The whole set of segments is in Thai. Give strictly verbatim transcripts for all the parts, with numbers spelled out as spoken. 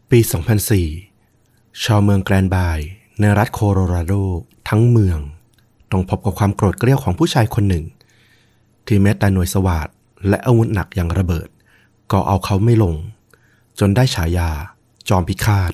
ปี สองพันสี่ ชาวเมืองแกรนด์บายในรัฐโคโลราโดทั้งเมืองต้องพบกับความโกรธเกรี้ยวของผู้ชายคนหนึ่งที่แม้แต่หน่วยสวาทและอาวุธหนักอย่างระเบิดก็เอาเขาไม่ลงจนได้ฉายาจอมพิฆาต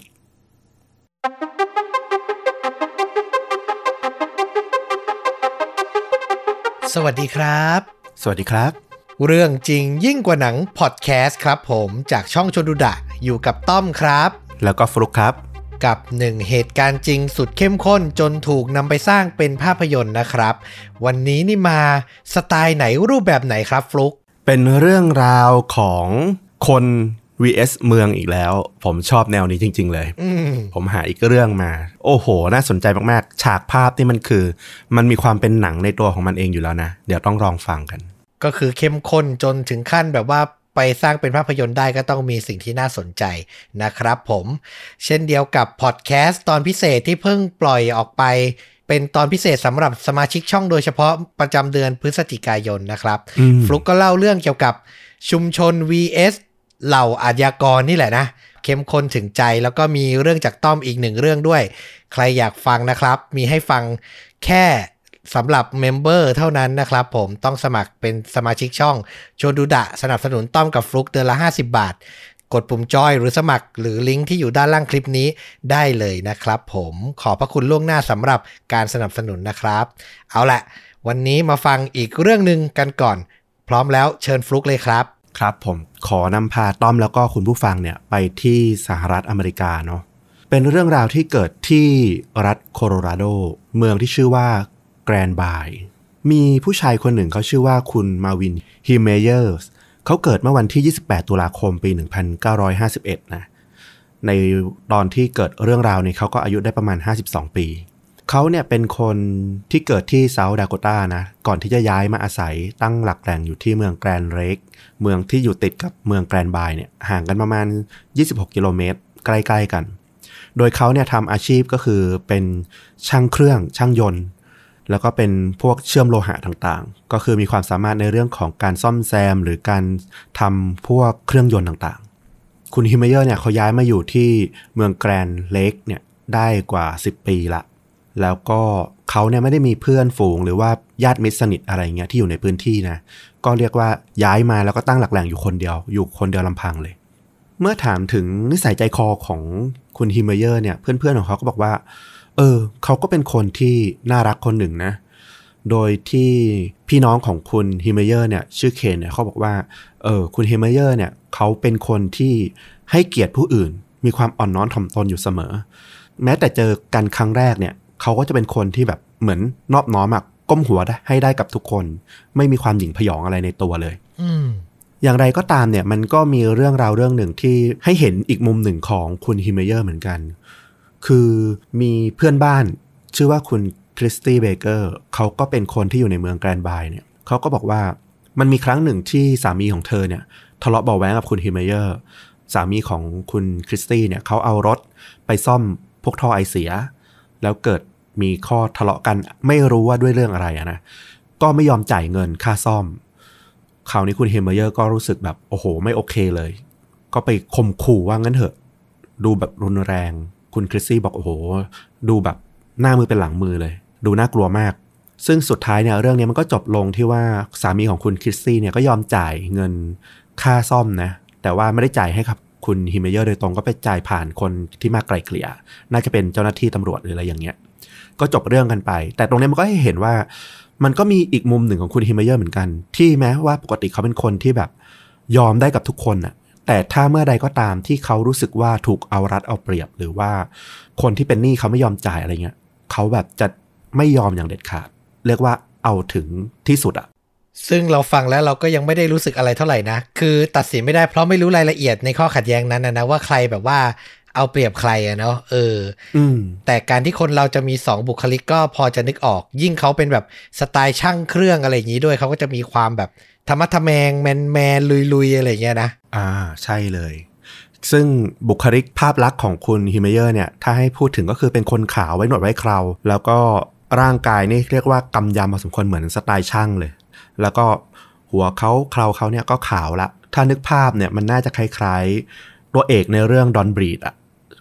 สวัสดีครับสวัสดีครับเรื่องจริงยิ่งกว่าหนังพอดแคสต์ครับผมจากช่องชนดูดะอยู่กับต้อมครับแล้วก็ฟลุ๊กครับกับหนึ่งเหตุการณ์จริงสุดเข้มข้นจนถูกนำไปสร้างเป็นภาพยนตร์นะครับวันนี้นี่มาสไตล์ไหนรูปแบบไหนครับฟลุ๊กเป็นเรื่องราวของคน วี เอส เมืองอีกแล้วผมชอบแนวนี้จริงๆเลยผมหาอีกเรื่องมาโอ้โหน่าสนใจมากๆฉากภาพนี่มันคือมันมีความเป็นหนังในตัวของมันเองอยู่แล้วนะเดี๋ยวต้องลองฟังกันก็คือเข้มข้นจนถึงขั้นแบบว่าไปสร้างเป็นภาพยนตร์ได้ก็ต้องมีสิ่งที่น่าสนใจนะครับผมเช่นเดียวกับพอดแคสต์ตอนพิเศษที่เพิ่งปล่อยออกไปเป็นตอนพิเศษสำหรับสมาชิกช่องโดยเฉพาะประจำเดือนพฤศจิกายนนะครับฟลุกก็เล่าเรื่องเกี่ยวกับชุมชน วี เอส เหล่าอาชญากรนี่แหละนะเข้มข้นถึงใจแล้วก็มีเรื่องจากต้อมอีกหนึ่งเรื่องด้วยใครอยากฟังนะครับมีให้ฟังแค่สำหรับเมมเบอร์เท่านั้นนะครับผมต้องสมัครเป็นสมาชิกช่องโชดูดะสนับสนุนต้อมกับฟลุกเดือนละห้าสิบบาทกดปุ่มจอยหรือสมัครหรือลิงก์ที่อยู่ด้านล่างคลิปนี้ได้เลยนะครับผมขอบพระคุณล่วงหน้าสำหรับการสนับสนุนนะครับเอาละวันนี้มาฟังอีกเรื่องนึงกันก่อนพร้อมแล้วเชิญฟลุกเลยครับครับผมขอนำพาต้อมแล้วก็คุณผู้ฟังเนี่ยไปที่สหรัฐอเมริกาเนาะเป็นเรื่องราวที่เกิดที่รัฐโคโลราโดเมืองที่ชื่อว่าแกรนด์บายมีผู้ชายคนหนึ่งเขาชื่อว่าคุณมาวินฮิเมเยอร์สเขาเกิดเมื่อวันที่ยี่สิบแปดตุลาคมปีหนึ่งพันเก้าร้อยห้าสิบเอ็ดนะในตอนที่เกิดเรื่องราวนี้เขาก็อายุได้ประมาณห้าสิบสองปีเขาเนี่ยเป็นคนที่เกิดที่เซาท์ดาโกตานะก่อนที่จะย้ายมาอาศัยตั้งหลักแหล่งอยู่ที่เมืองแกรนด์เลคเมืองที่อยู่ติดกับเมืองแกรนด์บายเนี่ยห่างกันประมาณยี่สิบหกกิโลเมตรใกล้ๆกันโดยเขาเนี่ยทำอาชีพก็คือเป็นช่างเครื่องช่างยนต์แล้วก็เป็นพวกเชื่อมโลหะต่างๆก็คือมีความสามารถในเรื่องของการซ่อมแซมหรือการทำพวกเครื่องยนต์ต่างๆคุณฮิเมเยอร์เนี่ยเขาย้ายมาอยู่ที่เมืองแกรนด์เลคเนี่ยได้กว่าสิบปีละแล้วก็เขาเนี่ยไม่ได้มีเพื่อนฝูงหรือว่าญาติมิตรสนิทอะไรเงี้ยที่อยู่ในพื้นที่นะก็เรียกว่าย้ายมาแล้วก็ตั้งหลักแหล่งอยู่คนเดียวอยู่คนเดียวลำพังเลยเมื่อถามถึงนิสัยใจคอของคุณฮิเมเยอร์เนี่ยเพื่อนๆของเขาก็บอกว่าเออเขาก็เป็นคนที่น่ารักคนหนึ่งนะโดยที่พี่น้องของคุณฮิเมเยอร์เนี่ยชื่อเคนเนี่ยเขาบอกว่าเออคุณฮิเมเยอร์เนี่ยเขาเป็นคนที่ให้เกียรติผู้อื่นมีความอ่อนน้อมถ่อมตนอยู่เสมอแม้แต่เจอกันครั้งแรกเนี่ยเขาก็จะเป็นคนที่แบบเหมือนนอบน้อมอ่ะก้มหัวให้ได้กับทุกคนไม่มีความหยิ่งพยองอะไรในตัวเลยอืมอย่างไรก็ตามเนี่ยมันก็มีเรื่องราวเรื่องหนึ่งที่ให้เห็นอีกมุมหนึ่งของคุณฮิเมเยอร์เหมือนกันคือมีเพื่อนบ้านชื่อว่าคุณคริสตี้เบเกอร์เขาก็เป็นคนที่อยู่ในเมืองแกรนด์บายเนี่ยเขาก็บอกว่ามันมีครั้งหนึ่งที่สามีของเธอเนี่ยทะเลาะเบาะแว้งกับคุณฮิเมเยอร์สามีของคุณคริสตี้เนี่ยเขาเอารถไปซ่อมพวกท่อไอเสียแล้วเกิดมีข้อทะเลาะกันไม่รู้ว่าด้วยเรื่องอะไรอะนะก็ไม่ยอมจ่ายเงินค่าซ่อมคราวนี้คุณฮิเมเยอร์ก็รู้สึกแบบโอ้โหไม่โอเคเลยก็ไปข่มขู่ว่างั้นเถอะดูแบบรุนแรงคุณคริสซี่บอกโอ้โหดูแบบหน้ามือเป็นหลังมือเลยดูน่ากลัวมากซึ่งสุดท้ายเนี่ยเรื่องนี้มันก็จบลงที่ว่าสามีของคุณคริสซี่เนี่ยก็ยอมจ่ายเงินค่าซ่อมนะแต่ว่าไม่ได้จ่ายให้กับคุณฮิเมเยอร์โดยตรงก็ไปจ่ายผ่านคนที่มาไกล่เกลี่ยน่าจะเป็นเจ้าหน้าที่ตำรวจหรืออะไรอย่างเงี้ยก็จบเรื่องกันไปแต่ตรงนี้มันก็ให้เห็นว่ามันก็มีอีกมุมหนึ่งของคุณฮิเมเยอร์เหมือนกันที่แม้ว่าปกติเขาเป็นคนที่แบบยอมได้กับทุกคนน่ะแต่ถ้าเมื่อใดก็ตามที่เขารู้สึกว่าถูกเอารัดเอาเปรียบหรือว่าคนที่เป็นหนี้เขาไม่ยอมจ่ายอะไรเงี้ยเขาแบบจะไม่ยอมอย่างเด็ดขาดเรียกว่าเอาถึงที่สุดอะซึ่งเราฟังแล้วเราก็ยังไม่ได้รู้สึกอะไรเท่าไหร่นะคือตัดสินไม่ได้เพราะไม่รู้รายละเอียดในข้อขัดแย้งนั้นนะนะว่าใครแบบว่าเอาเปรียบใครอะเนาะเอออืมแต่การที่คนเราจะมีสองบุคลิกก็พอจะนึกออกยิ่งเขาเป็นแบบสไตล์ช่างเครื่องอะไรอย่างนี้ด้วยเขาก็จะมีความแบบธรรมะทะแมงแมนแมนลุยๆอะไรอย่างเงี้ยนะอ่าใช่เลยซึ่งบุคลิกภาพลักษณ์ของคุณฮิเมเยอร์เนี่ยถ้าให้พูดถึงก็คือเป็นคนขาวไว้หนวดไว้เคราแล้วก็ร่างกายนี่เรียกว่ากำยำพอสมควรเหมือนสไตล์ช่างเลยแล้วก็หัวเขาเคราเขาเนี่ยก็ขาวละถ้านึกภาพเนี่ยมันน่าจะคล้ายๆตัวเอกในเรื่องดอนบรีดอะ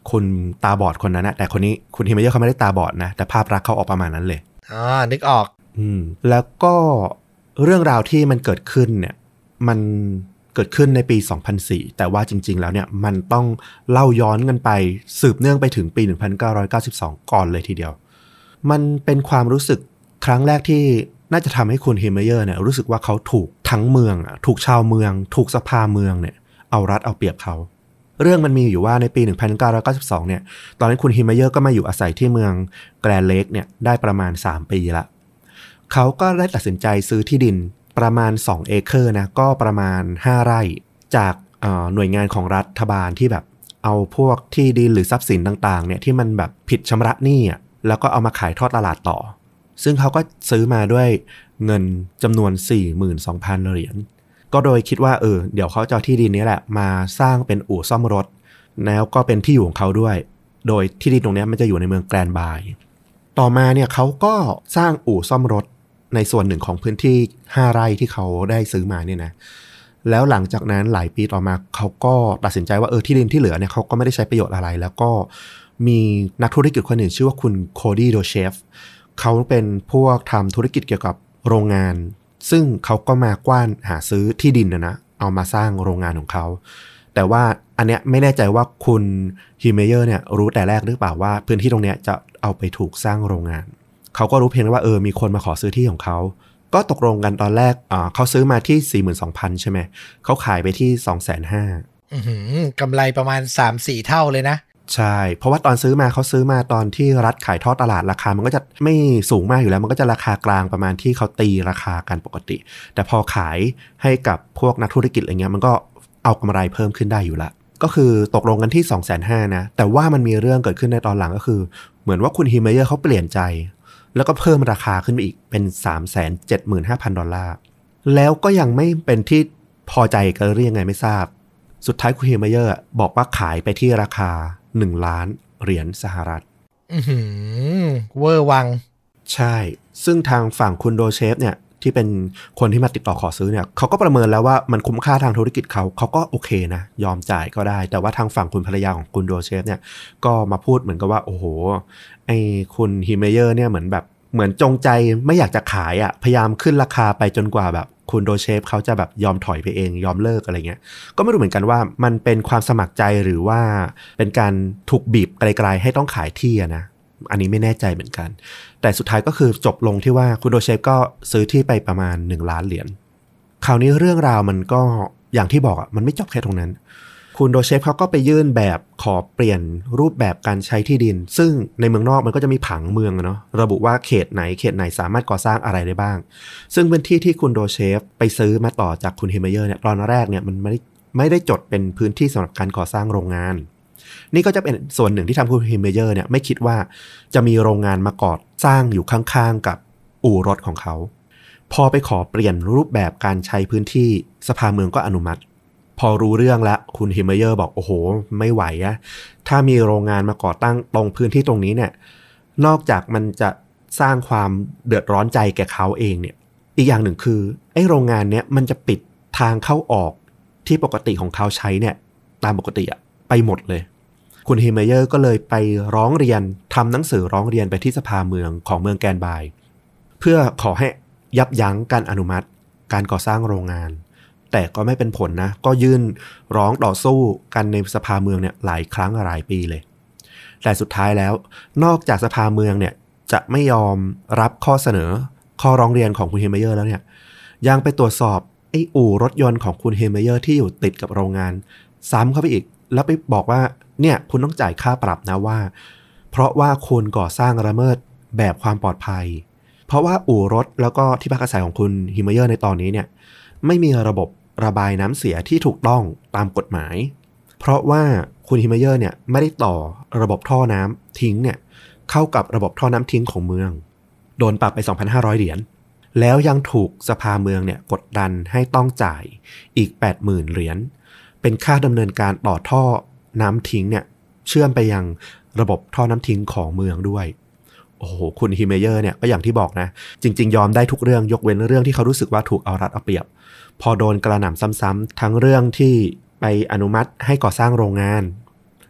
คุณตาบอดคนนั้นนะแต่คนนี้คุณฮิเมเยอร์เขาไม่ได้ตาบอดนะแต่ภาพลักษณ์เขาออกประมาณนั้นเลยอ๋อนึกออกอืมแล้วก็เรื่องราวที่มันเกิดขึ้นเนี่ยมันเกิดขึ้นในปีสองพันสี่แต่ว่าจริงๆแล้วเนี่ยมันต้องเล่าย้อนกันไปสืบเนื่องไปถึงปีหนึ่งพันเก้าร้อยเก้าสิบสองก่อนเลยทีเดียวมันเป็นความรู้สึกครั้งแรกที่น่าจะทำให้คุณฮิเมเยอร์เนี่ยรู้สึกว่าเขาถูกทั้งเมืองถูกชาวเมืองถูกสภาเมืองเนี่ยเอารัดเอาเปรียบเขาเรื่องมันมีอยู่ว่าในปีหนึ่งพันเก้าร้อยเก้าสิบสองเนี่ยตอนนั้นคุณฮิเมเยอร์ก็มาอยู่อาศัยที่เมืองแกรนด์เลคเนี่ยได้ประมาณสามปีละเขาก็ได้ตัดสินใจซื้อที่ดินประมาณสองเอเคอร์นะก็ประมาณห้าไร่จากหน่วยงานของรัฐบาลที่แบบเอาพวกที่ดินหรือทรัพย์สินต่างๆเนี่ยที่มันแบบผิดชำระหนี้อ่ะแล้วก็เอามาขายทอดตลาดต่อซึ่งเขาก็ซื้อมาด้วยเงินจำนวน สี่หมื่นสองพัน เหรียญก็โดยคิดว่าเออเดี๋ยวเขาจะเอาที่ดินนี้แหละมาสร้างเป็นอู่ซ่อมรถแล้วก็เป็นที่อยู่ของเขาด้วยโดยที่ดินตรงนี้มันจะอยู่ในเมืองแกรนด์บายต่อมาเนี่ยเขาก็สร้างอู่ซ่อมรถในส่วนหนึ่งของพื้นที่ห้าไร่ที่เขาได้ซื้อมาเนี่ยนะแล้วหลังจากนั้นหลายปีต่อมาเขาก็ตัดสินใจว่าเออที่ดินที่เหลือเนี่ยเขาก็ไม่ได้ใช้ประโยชน์อะไรแล้วก็มีนักธุรกิจคนหนึ่งชื่อว่าคุณโคดี้โดเชฟเขาเป็นพวกทำธุรกิจเกี่ยวกับโรงงานซึ่งเขาก็มากว้านหาซื้อที่ดินนะนะเอามาสร้างโรงงานของเขาแต่ว่าอันเนี้ยไม่แน่ใจว่าคุณฮิเมเยอร์เนี่ยรู้แต่แรกหรือเปล่าว่าพื้นที่ตรงเนี้ยจะเอาไปถูกสร้างโรงงานเขาก็รู้เพียงว่าเออมีคนมาขอซื้อที่ของเขาก็ตกลงกันตอนแรกอ่าเขาซื้อมาที่ สี่หมื่นสองพัน ใช่ไหมเขาขายไปที่ สองแสนห้าหมื่นอื้อหือกำไรประมาณ สามสี่ เท่าเลยนะใช่เพราะว่าตอนซื้อมาเขาซื้อมาตอนที่รัฐขายทอดตลาดราคามันก็จะไม่สูงมากอยู่แล้วมันก็จะราคากลางประมาณที่เขาตีราคากันปกติแต่พอขายให้กับพวกนักธุรกิจอะไรเงี้ยมันก็เอากำไรเพิ่มขึ้นได้อยู่ละก็คือตกลงกันที่ สองแสนห้าหมื่น นะแต่ว่ามันมีเรื่องเกิดขึ้นในตอนหลังก็คือเหมือนว่าคุณฮิเมเยอร์เขาเปลี่ยนใจแล้วก็เพิ่มราคาขึ้นไปอีกเป็น สามแสนเจ็ดหมื่นห้าพัน ดอลลาร์แล้วก็ยังไม่เป็นที่พอใจกันหรือยังไงไม่ทราบสุดท้ายคุณฮิเมเยอร์บอกว่าขายไปที่ราคาหนึ่งล้านเหรียญสหรัฐอื้อหือเวอร์วังใช่ซึ่งทางฝั่งคุณโดเชฟเนี่ยที่เป็นคนที่มาติดต่อขอซื้อเนี่ยเขาก็ประเมินแล้วว่ามันคุ้มค่าทางธุรกิจเขาเขาก็โอเคนะยอมจ่ายก็ได้แต่ว่าทางฝั่งคุณภรรยาของคุณโดเชฟเนี่ยก็มาพูดเหมือนกับว่าโอ้โหไอ้คุณฮิเมเยอร์เนี่ยเหมือนแบบเหมือนจงใจไม่อยากจะขายอ่ะพยายามขึ้นราคาไปจนกว่าแบบคุณโดเชฟเขาจะแบบยอมถอยไปเองยอมเลิกอะไรเงี้ยก็ไม่รู้เหมือนกันว่ามันเป็นความสมัครใจหรือว่าเป็นการถูกบีบไกลๆให้ต้องขายที่นะอันนี้ไม่แน่ใจเหมือนกันแต่สุดท้ายก็คือจบลงที่ว่าคุณโดเชฟก็ซื้อที่ไปประมาณหนึ่งล้านเหรียญคราวนี้เรื่องราวมันก็อย่างที่บอกอ่ะมันไม่จบแค่ตรงนั้นคุณโดเชฟเขาก็ไปยื่นแบบขอเปลี่ยนรูปแบบการใช้ที่ดินซึ่งในเมืองนอกมันก็จะมีผังเมืองเนาะระบุว่าเขตไหนเขตไหนสามารถก่อสร้างอะไรได้บ้างซึ่งพื้นที่ที่คุณโดเชฟไปซื้อมาต่อจากคุณฮิเมเยอร์เนี่ยตอนแรกเนี่ยมันไม่ได้ไม่ได้จดเป็นพื้นที่สำหรับการก่อสร้างโรงงานนี่ก็จะเป็นส่วนหนึ่งที่ทำคุณฮิเมเยอร์เนี่ยไม่คิดว่าจะมีโรงงานมาก่อสร้างอยู่ข้างๆกับอู่รถของเขาพอไปขอเปลี่ยนรูปแบบการใช้พื้นที่สภาเมืองก็อนุมัติพอรู้เรื่องแล้วคุณฮิเมเยอร์บอกโอ้โหไม่ไหวอะถ้ามีโรงงานมาก่อตั้งตรงพื้นที่ตรงนี้เนี่ยนอกจากมันจะสร้างความเดือดร้อนใจแก่เขาเองเนี่ยอีกอย่างหนึ่งคือไอ้โรงงานเนี้ยมันจะปิดทางเข้าออกที่ปกติของเขาใช้เนี่ยตามปกติอะไปหมดเลยคุณฮิเมเยอร์ก็เลยไปร้องเรียนทำหนังสือร้องเรียนไปที่สภาเมืองของเมืองแกรนด์บายเพื่อขอให้ยับยั้งการอนุมัติการก่อสร้างโรงงานแต่ก็ไม่เป็นผลนะก็ยื่นร้องต่อสู้กันในสภาเมืองเนี่ยหลายครั้งหลายปีเลยแต่สุดท้ายแล้วนอกจากสภาเมืองเนี่ยจะไม่ยอมรับข้อเสนอข้อร้องเรียนของคุณฮิเมเยอร์แล้วเนี่ยยังไปตรวจสอบไอ้อู่รถยนต์ของคุณฮิเมเยอร์ที่อยู่ติดกับโรงงานซ้ำเข้าไปอีกแล้วไปบอกว่าเนี่ยคุณต้องจ่ายค่าปรับนะว่าเพราะว่าคุณก่อสร้างละเมิดแบบความปลอดภัยเพราะว่าอู่รถแล้วก็ที่พักอาศัยของคุณฮิเมเยอร์ในตอนนี้เนี่ยไม่มีระบบระบายน้ำเสียที่ถูกต้องตามกฎหมายเพราะว่าคุณฮิเมเยอร์เนี่ยไม่ได้ต่อระบบท่อน้ำทิ้งเนี่ยเข้ากับระบบท่อน้ำทิ้งของเมืองโดนปรับไป สองพันห้าร้อย เหรียญแล้วยังถูกสภาเมืองเนี่ยกดดันให้ต้องจ่ายอีก แปดหมื่น เหรียญเป็นค่าดำเนินการต่อท่อน้ำทิ้งเนี่ยเชื่อมไปยังระบบท่อน้ำทิ้งของเมืองด้วยโอ้โหคุณฮิเมเยอร์เนี่ยก็อย่างที่บอกนะจริงๆยอมได้ทุกเรื่องยกเว้นเรื่องที่เขารู้สึกว่าถูกเอารัดเอาเปรียบพอโดนกระหน่ำซ้ำๆทั้งเรื่องที่ไปอนุมัติให้ก่อสร้างโรงงาน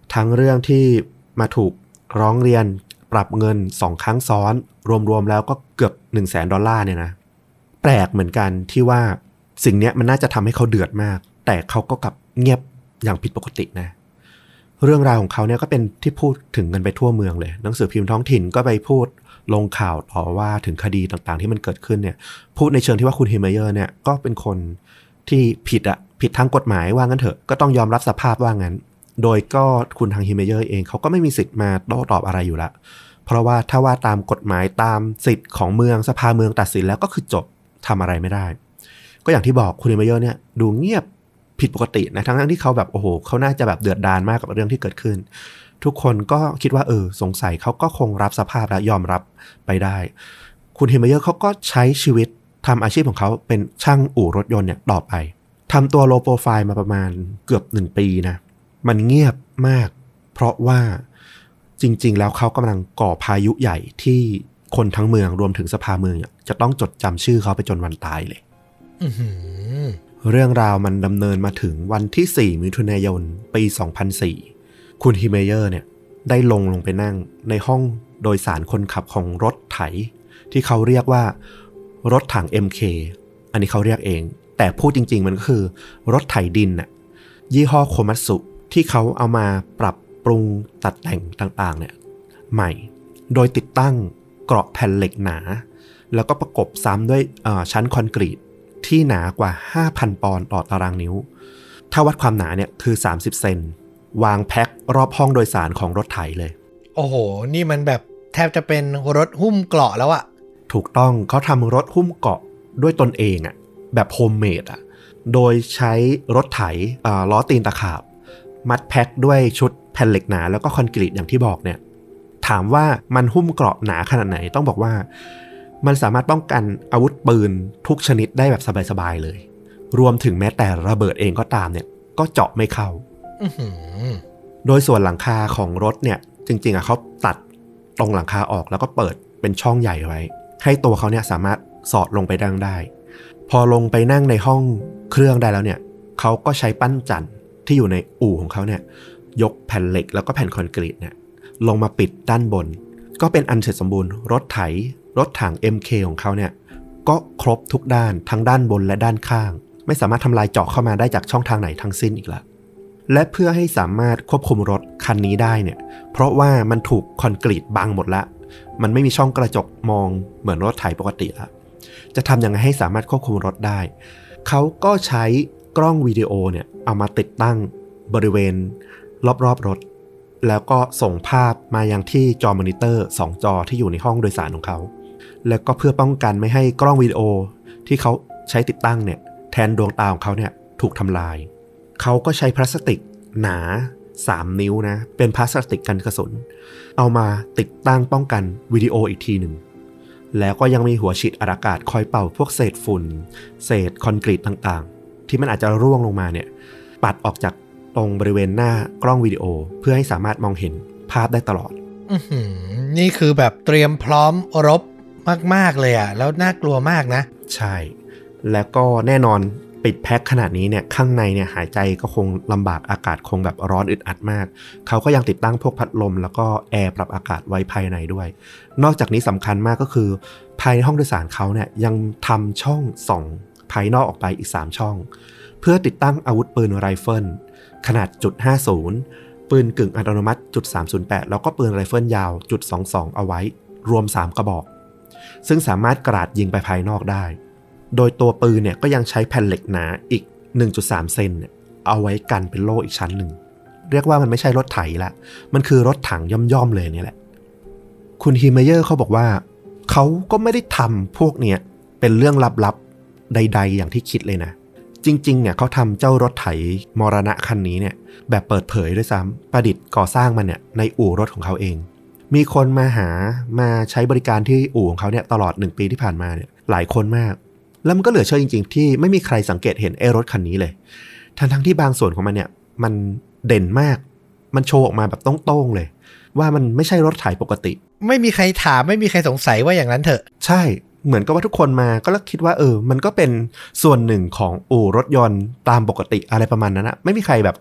ทั้งเรื่องที่มาถูกร้องเรียนปรับเงินสองครั้งซ้อนรวมๆแล้วก็เกือบ หนึ่งแสน ดอลลาร์เนี่ยนะแปลกเหมือนกันที่ว่าสิ่งนี้มันน่าจะทำให้เขาเดือดมากแต่เขาก็กลับเงียบอย่างผิดปกตินะเรื่องราวของเขาเนี่ยก็เป็นที่พูดถึงกันไปทั่วเมืองเลยหนังสือพิมพ์ท้องถิ่นก็ไปพูดลงข่าวต่อว่าถึงคดีต่างๆที่มันเกิดขึ้นเนี่ยพูดในเชิงที่ว่าคุณเฮเมเยอร์เนี่ยก็เป็นคนที่ผิดอะผิดทางกฎหมายว่างั้นเถอะก็ต้องยอมรับสภาพว่างั้นโดยก็คุณทางเฮเมเยอร์เองเขาก็ไม่มีสิทธิ์มาโต้ตอบอะไรอยู่ละเพราะว่าถ้าว่าตามกฎหมายตามสิทธิ์ของเมืองสภาเมืองตัดสินแล้วก็คือจบทำอะไรไม่ได้ก็อย่างที่บอกคุณเฮเมเยอร์เนี่ยดูเงียบผิดปกตินะทั้งๆที่เขาแบบโอ้โหเขาน่าจะแบบเดือดดาลมากกับเรื่องที่เกิดขึ้นทุกคนก็คิดว่าเออสงสัยเขาก็คงรับสภาพและยอมรับไปได้คุณเฮเมเยอร์เขาก็ใช้ชีวิตทำอาชีพของเขาเป็นช่างอู่รถยนต์เนี่ยต่อไปทำตัวโลโปรไฟล์มาประมาณเกือบหนึ่งปีนะมันเงียบมากเพราะว่าจริงๆแล้วเขากำลังก่อพายุใหญ่ที่คนทั้งเมืองรวมถึงสภาเมืองจะต้องจดจำชื่อเขาไปจนวันตายเลยเรื่องราวมันดำเนินมาถึงวันที่สี่มิถุนายนปีสองพันสี่คุณฮิเมเยอร์เนี่ยได้ลงลงไปนั่งในห้องโดยสารคนขับของรถไถที่เขาเรียกว่ารถถัง เอ็ม เค อันนี้เขาเรียกเองแต่พูดจริงๆมันก็คือรถไถดินน่ะยี่ห้อโคมัตสึที่เขาเอามาปรับปรุงตัดแต่งต่างๆเนี่ยใหม่โดยติดตั้งเกราะแผ่นเหล็กหนาแล้วก็ประกบซ้ำด้วยชั้นคอนกรีตที่หนากว่า ห้าพัน ปอนด์ต่อตารางนิ้วถ้าวัดความหนาเนี่ยคือสามสิบเซนวางแพ็ครอบห้องโดยสารของรถไถเลยโอ้โหนี่มันแบบแทบจะเป็นรถหุ้มเกราะแล้วอะถูกต้องเขาทำรถหุ้มเกราะด้วยตนเองอะแบบโฮมเมดอะโดยใช้รถไถล้อตีนตะขาบมัดแพ็คด้วยชุดแผ่นเหล็กหนาแล้วก็คอนกรีตอย่างที่บอกเนี่ยถามว่ามันหุ้มเกราะหนาขนาดไหนต้องบอกว่ามันสามารถป้องกันอาวุธปืนทุกชนิดได้แบบสบายๆเลยรวมถึงแม้แต่ระเบิดเองก็ตามเนี่ยก็เจาะไม่เข้าโดยส่วนหลังคาของรถเนี่ยจริงๆอ่ะเขาตัดตรงหลังคาออกแล้วก็เปิดเป็นช่องใหญ่ไว้ให้ตัวเขาเนี่ยสามารถสอดลงไปนั่งได้พอลงไปนั่งในห้องเครื่องได้แล้วเนี่ยเขาก็ใช้ปั้นจั่นที่อยู่ในอู่ของเขาเนี่ยยกแผ่นเหล็กแล้วก็แผ่นคอนกรีตเนี่ยลงมาปิดด้านบนก็เป็นอันเสร็จสมบูรณ์รถไถรถถัง เอ็ม เค ของเขาเนี่ยก็ครบทุกด้านทั้งด้านบนและด้านข้างไม่สามารถทำลายเจาะเข้ามาได้จากช่องทางไหนทั้งสิ้นอีกแล้วและเพื่อให้สามารถควบคุมรถคันนี้ได้เนี่ยเพราะว่ามันถูกคอนกรีตบังหมดละมันไม่มีช่องกระจกมองเหมือนรถไถปกติละจะทำยังไงให้สามารถควบคุมรถได้เขาก็ใช้กล้องวิดีโอเนี่ยเอามาติดตั้งบริเวณรอบๆรถแล้วก็ส่งภาพมายังที่จอมอนิเตอร์สองจอที่อยู่ในห้องโดยสารของเขาแล้วก็เพื่อป้องกันไม่ให้กล้องวิดีโอที่เขาใช้ติดตั้งเนี่ยแทนดวงตาของเขาเนี่ยถูกทำลายเขาก็ใช้พลาสติกหนาสามนิ้วนะเป็นพลาสติกกันกระสุนเอามาติดตั้งป้องกันวิดีโออีกทีหนึ่งแล้วก็ยังมีหัวฉีดอากาศคอยเป่าพวกเศษฝุ่นเศษคอนกรีตต่างๆที่มันอาจจะร่วงลงมาเนี่ยปัดออกจากตรงบริเวณหน้ากล้องวิดีโอเพื่อให้สามารถมองเห็นภาพได้ตลอดอื้อหือนี่คือแบบเตรียมพร้อมรบมากๆเลยอ่ะแล้วน่ากลัวมากนะใช่แล้วก็แน่นอนปิดแพ็คขนาดนี้เนี่ยข้างในเนี่ยหายใจก็คงลำบากอากาศคงแบบร้อนอึดอัดมากเขาก็ยังติดตั้งพวกพัดลมแล้วก็แอร์ปรับอากาศไว้ภายในด้วยนอกจากนี้สำคัญมากก็คือภายในห้องโดยสารเขาเนี่ยยังทำช่องส่องภายนอกออกไปอีกสามช่องเพื่อติดตั้งอาวุธปืนไรเฟิลขนาดจุดห้าสิบปืนกึ่งอัตโนมัติจุดสามศูนย์แปดแล้วก็ปืนไรเฟิลยาวจุดสองสองเอาไว้รวมสามกระบอกซึ่งสามารถกราดยิงไปภายนอกได้โดยตัวปืนเนี่ยก็ยังใช้แผ่นเหล็กหนาอีก หนึ่งจุดสาม เซนเนี่ยเอาไว้กันเป็นโล่อีกชั้นหนึ่งเรียกว่ามันไม่ใช่รถไถละมันคือรถถังย่อมๆเลยนี่แหละคุณฮีเมเยอร์เขาบอกว่าเขาก็ไม่ได้ทำพวกเนี้ยเป็นเรื่องลับๆใดๆอย่างที่คิดเลยนะจริงๆเนี่ยเขาทำเจ้ารถไถมรณะคันนี้เนี่ยแบบเปิดเผยด้วยซ้ำประดิษฐ์ก่อสร้างมันเนี่ยในอู่รถของเขาเองมีคนมาหามาใช้บริการที่อู่ของเขาเนี่ยตลอดหนึ่งปีที่ผ่านมาเนี่ยหลายคนมากแล้วมันก็เหลือเชื่อจริงๆที่ไม่มีใครสังเกตเห็นไอ้รถคันนี้เลยทั้งๆที่บางส่วนของมันเนี่ยมันเด่นมากมันโชว์ออกมาแบบโต้งๆเลยว่ามันไม่ใช่รถไถปกติไม่มีใครถามไม่มีใครสงสัยว่าอย่างนั้นเถอะใช่เหมือนกับว่าทุกคนมาก็คิดว่าเออมันก็เป็นส่วนหนึ่งของอู่รถยนต์ตามปกติอะไรประมาณนั้นนะไม่มีใครแบบ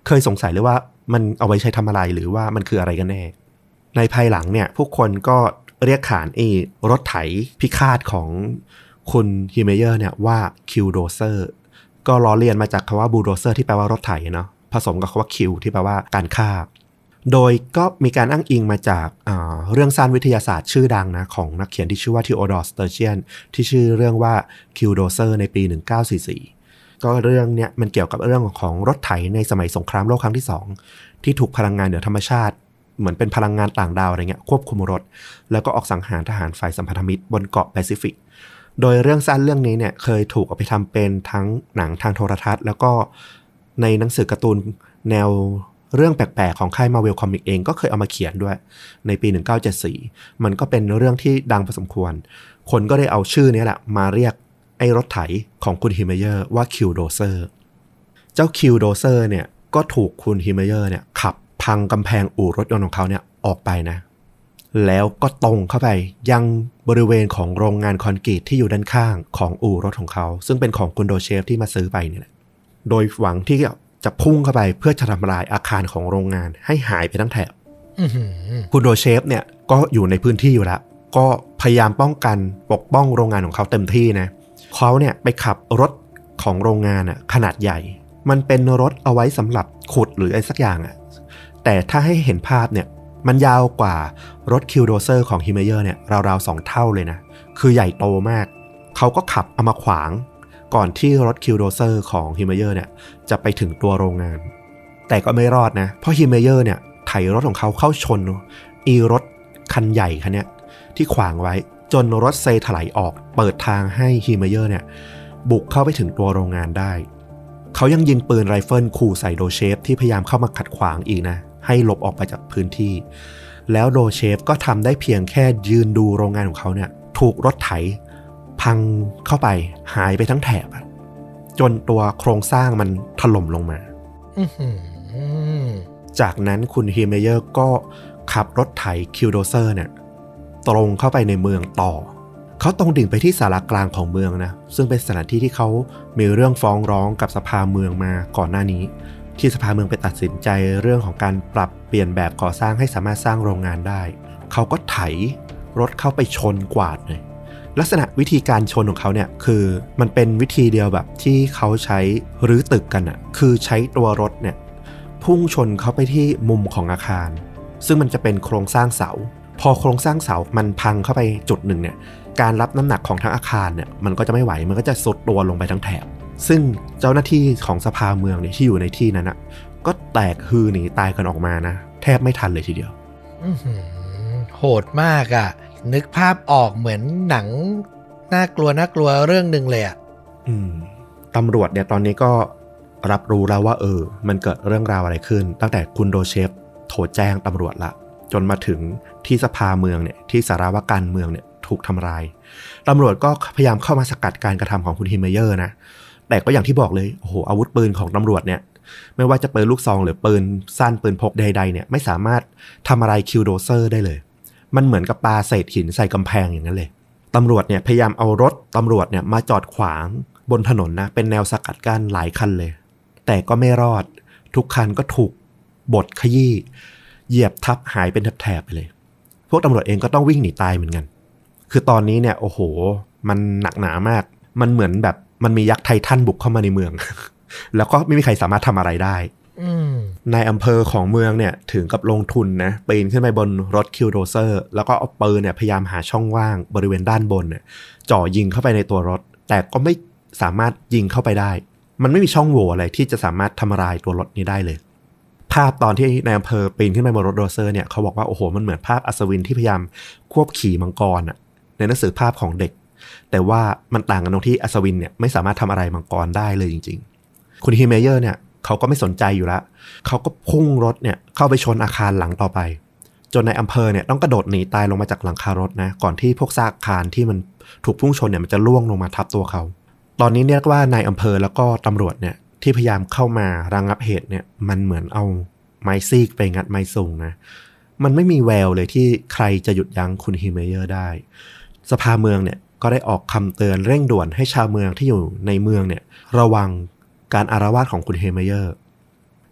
เคยสงสัยเลยว่ามันเอาไว้ใช้ทำอะไรหรือว่ามันคืออะไรกันแน่ในภายหลังเนี่ยผู้คนก็เรียกขานไอ้รถไถพิฆาตของคุณฮิเมเยอร์เนี่ยว่าคิวโดเซอร์ก็ล้อเลียนมาจากคำว่าบูลโดเซอร์ที่แปลว่ารถไถเนาะผสมกับคำว่าคิวที่แปลว่าการฆ่าโดยก็มีการอ้างอิงมาจากเรื่องสั้นวิทยาศาสตร์ชื่อดังนะของนักเขียนที่ชื่อว่าทีโอดอร์ สเตอร์เชียนที่ชื่อเรื่องว่าคิวโดเซอร์ในปีหนึ่งเก้าสี่สี่ก็เรื่องเนี้ยมันเกี่ยวกับเรื่องของรถไถในสมัยสงครามโลกครั้งที่สองที่ถูกพลังงานเหนือธรรมชาติเหมือนเป็นพลังงานต่างดาวอะไรเงี้ยควบคุมรถแล้วก็ออกสังหารทหารฝ่ายสัมพันธมิตรบนเกาะแปซิฟิกโดยเรื่องสั้นเรื่องนี้เนี่ยเคยถูกเอาไปทำเป็นทั้งหนังทางโทรทัศน์แล้วก็ในหนังสือการ์ตูนแนวเรื่องแปลกๆของค่าย Marvel Comics เองก็เคยเอามาเขียนด้วยในปีหนึ่งเก้าเจ็ดสี่มันก็เป็นเรื่องที่ดังพอสมควรคนก็ได้เอาชื่อนี้แหละมาเรียกไอ้รถไถของคุณฮิเมเยอร์ว่าคิวโดเซอร์เจ้าคิวโดเซอร์เนี่ยก็ถูกคุณฮิเมเยอร์เนี่ยขับพังกำแพงอู่รถยนต์ของเขาเนี่ยออกไปนะแล้วก็ตรงเข้าไปยังบริเวณของโรงงานคอนกรีตที่อยู่ด้านข้างของอู่รถของเขาซึ่งเป็นของคุณโดเชฟที่มาซื้อไปนี่แหละโดยหวังที่จะพุ่งเข้าไปเพื่อจะทำลายอาคารของโรงงานให้หายไปทั้งแถบคุณโดเชฟเนี่ยก็อยู่ในพื้นที่อยู่แล้วก็พยายามป้องกันปกป้องโรงงานของเขาเต็มที่นะเขาเนี่ยไปขับรถของโรงงานอ่ะขนาดใหญ่มันเป็นรถเอาไว้สำหรับขุดหรืออะไรสักอย่างอ่ะแต่ถ้าให้เห็นภาพเนี่ยมันยาวกว่ารถคิวโดเซอร์ของฮิเมเยอร์เนี่ยราวๆสองเท่าเลยนะคือใหญ่โตมากเขาก็ขับเอามาขวางก่อนที่รถคิวโดเซอร์ของฮิเมเยอร์เนี่ยจะไปถึงตัวโรงงานแต่ก็ไม่รอดนะเพราะฮิเมเยอร์เนี่ยไถรถของเขาเข้าชนอีรถคันใหญ่คันเนี้ยที่ขวางไว้จนรถเซถลายออกเปิดทางให้ฮิเมเยอร์เนี่ยบุกเข้าไปถึงตัวโรงงานได้เขายังยิงปืนไรเฟิลขู่ใส่โดเชฟที่พยายามเข้ามาขัดขวางอีกนะให้หลบออกไปจากพื้นที่แล้วโดเชฟก็ทำได้เพียงแค่ยืนดูโรงงานของเขาเนี่ยถูกรถไถพังเข้าไปหายไปทั้งแถบจนตัวโครงสร้างมันถล่มลงมาจากนั้นคุณฮิเมเยอร์ก็ขับรถไถคิวโดเซอร์เนี่ยตรงเข้าไปในเมืองต่อเขาตรงดิ่งไปที่ศาลากลางของเมืองนะซึ่งเป็นสถานที่ที่เขามีเรื่องฟ้องร้องกับสภาเมืองมาก่อนหน้านี้ที่สภาเมืองไปตัดสินใจเรื่องของการปรับเปลี่ยนแบบก่อสร้างให้สามารถสร้างโรงงานได้เขาก็ไถรถเข้าไปชนกวาดเลยลักษณะวิธีการชนของเขาเนี่ยคือมันเป็นวิธีเดียวแบบที่เขาใช้รื้อตึกกันอ่ะคือใช้ตัวรถเนี่ยพุ่งชนเข้าไปที่มุมของอาคารซึ่งมันจะเป็นโครงสร้างเสาพอโครงสร้างเสามันพังเข้าไปจุดหนึ่งเนี่ยการรับน้ำหนักของทั้งอาคารเนี่ยมันก็จะไม่ไหวมันก็จะสุดตัวลงไปทั้งแถบซึ่งเจ้าหน้าที่ของสภาเมืองเนี่ยที่อยู่ในที่นั้นอ่ะก็แตกฮือหนีตายกันออกมานะแทบไม่ทันเลยทีเดียวโหดมากอ่ะนึกภาพออกเหมือนหนังน่ากลัวน่ากลัวเรื่องนึงเลยอ่ะอืมตำรวจเนี่ยตอนนี้ก็รับรู้แล้วว่าเออมันเกิดเรื่องราวอะไรขึ้นตั้งแต่คุณโดเชฟโทรแจ้งตำรวจละจนมาถึงที่สภาเมืองเนี่ยที่สาราว่าการเมืองเนี่ยถูกทำลายตำรวจก็พยายามเข้ามาสกัดการกระทำของคุณฮิเมเยอร์นะแต่ก็อย่างที่บอกเลยโอ้โหอาวุธปืนของตำรวจเนี่ยไม่ว่าจะปืนลูกซองหรือปืนสั้นปืนพกใดๆเนี่ยไม่สามารถทำอะไรคิวโดเซอร์ได้เลยมันเหมือนกับปาเศษหินใส่กำแพงอย่างนั้นเลยตำรวจเนี่ยพยายามเอารถตำรวจเนี่ยมาจอดขวางบนถนนนะเป็นแนวสกัดกั้นหลายคันเลยแต่ก็ไม่รอดทุกคันก็ถูกบดขยี้เหยียบทับหายเป็นแถบๆไปเลยพวกตำรวจเองก็ต้องวิ่งหนีตายเหมือนกันคือตอนนี้เนี่ยโอ้โหมันหนักหนามากมันเหมือนแบบมันมียักษ์ไททันบุกเข้ามาในเมือง แล้วก็ไม่มีใครสามารถทำอะไรได้นายอำเภอของเมืองเนี่ยถึงกับลงทุนนะปีนขึ้นไปบนรถคิวโดเซอร์แล้วก็เอาปืนเนี่ยพยายามหาช่องว่างบริเวณด้านบนเนี่ยจ่อยิงเข้าไปในตัวรถแต่ก็ไม่สามารถยิงเข้าไปได้มันไม่มีช่องโหว่อะไรที่จะสามารถทำลายตัวรถนี้ได้เลยภาพตอนที่นายอำเภอปีนขึ้นไปบนรถโดเซอร์เนี่ยเขาบอกว่าโอ้โหมันเหมือนภาพอัศวินที่พยายามควบขี่มังกรอ่ะในหนังสือภาพของเด็กแต่ว่ามันต่างกันตรงที่อัศวินเนี่ยไม่สามารถทำอะไรมังกรได้เลยจริงๆคุณฮิเมเยอร์เนี่ยเขาก็ไม่สนใจอยู่แล้วเขาก็พุ่งรถเนี่ยเข้าไปชนอาคารหลังต่อไปจนในอำเภอเนี่ยต้องกระโดดหนีตายลงมาจากหลังคารถนะก่อนที่พวกซากอาคารที่มันถูกพุ่งชนเนี่ยมันจะล่วงลงมาทับตัวเขาตอนนี้เรียกว่านายอำเภอแล้วก็ตำรวจเนี่ยที่พยายามเข้ามาระงับเหตุเนี่ยมันเหมือนเอาไม้ซีกไปงัดไม้สูงนะมันไม่มีแววเลยที่ใครจะหยุดยั้งคุณฮิเมเยอร์ได้สภาเมืองเนี่ยก็ได้ออกคำเตือนเร่งด่วนให้ชาวเมืองที่อยู่ในเมืองเนี่ยระวังการอาละวาดของคุณฮิเมเยอร์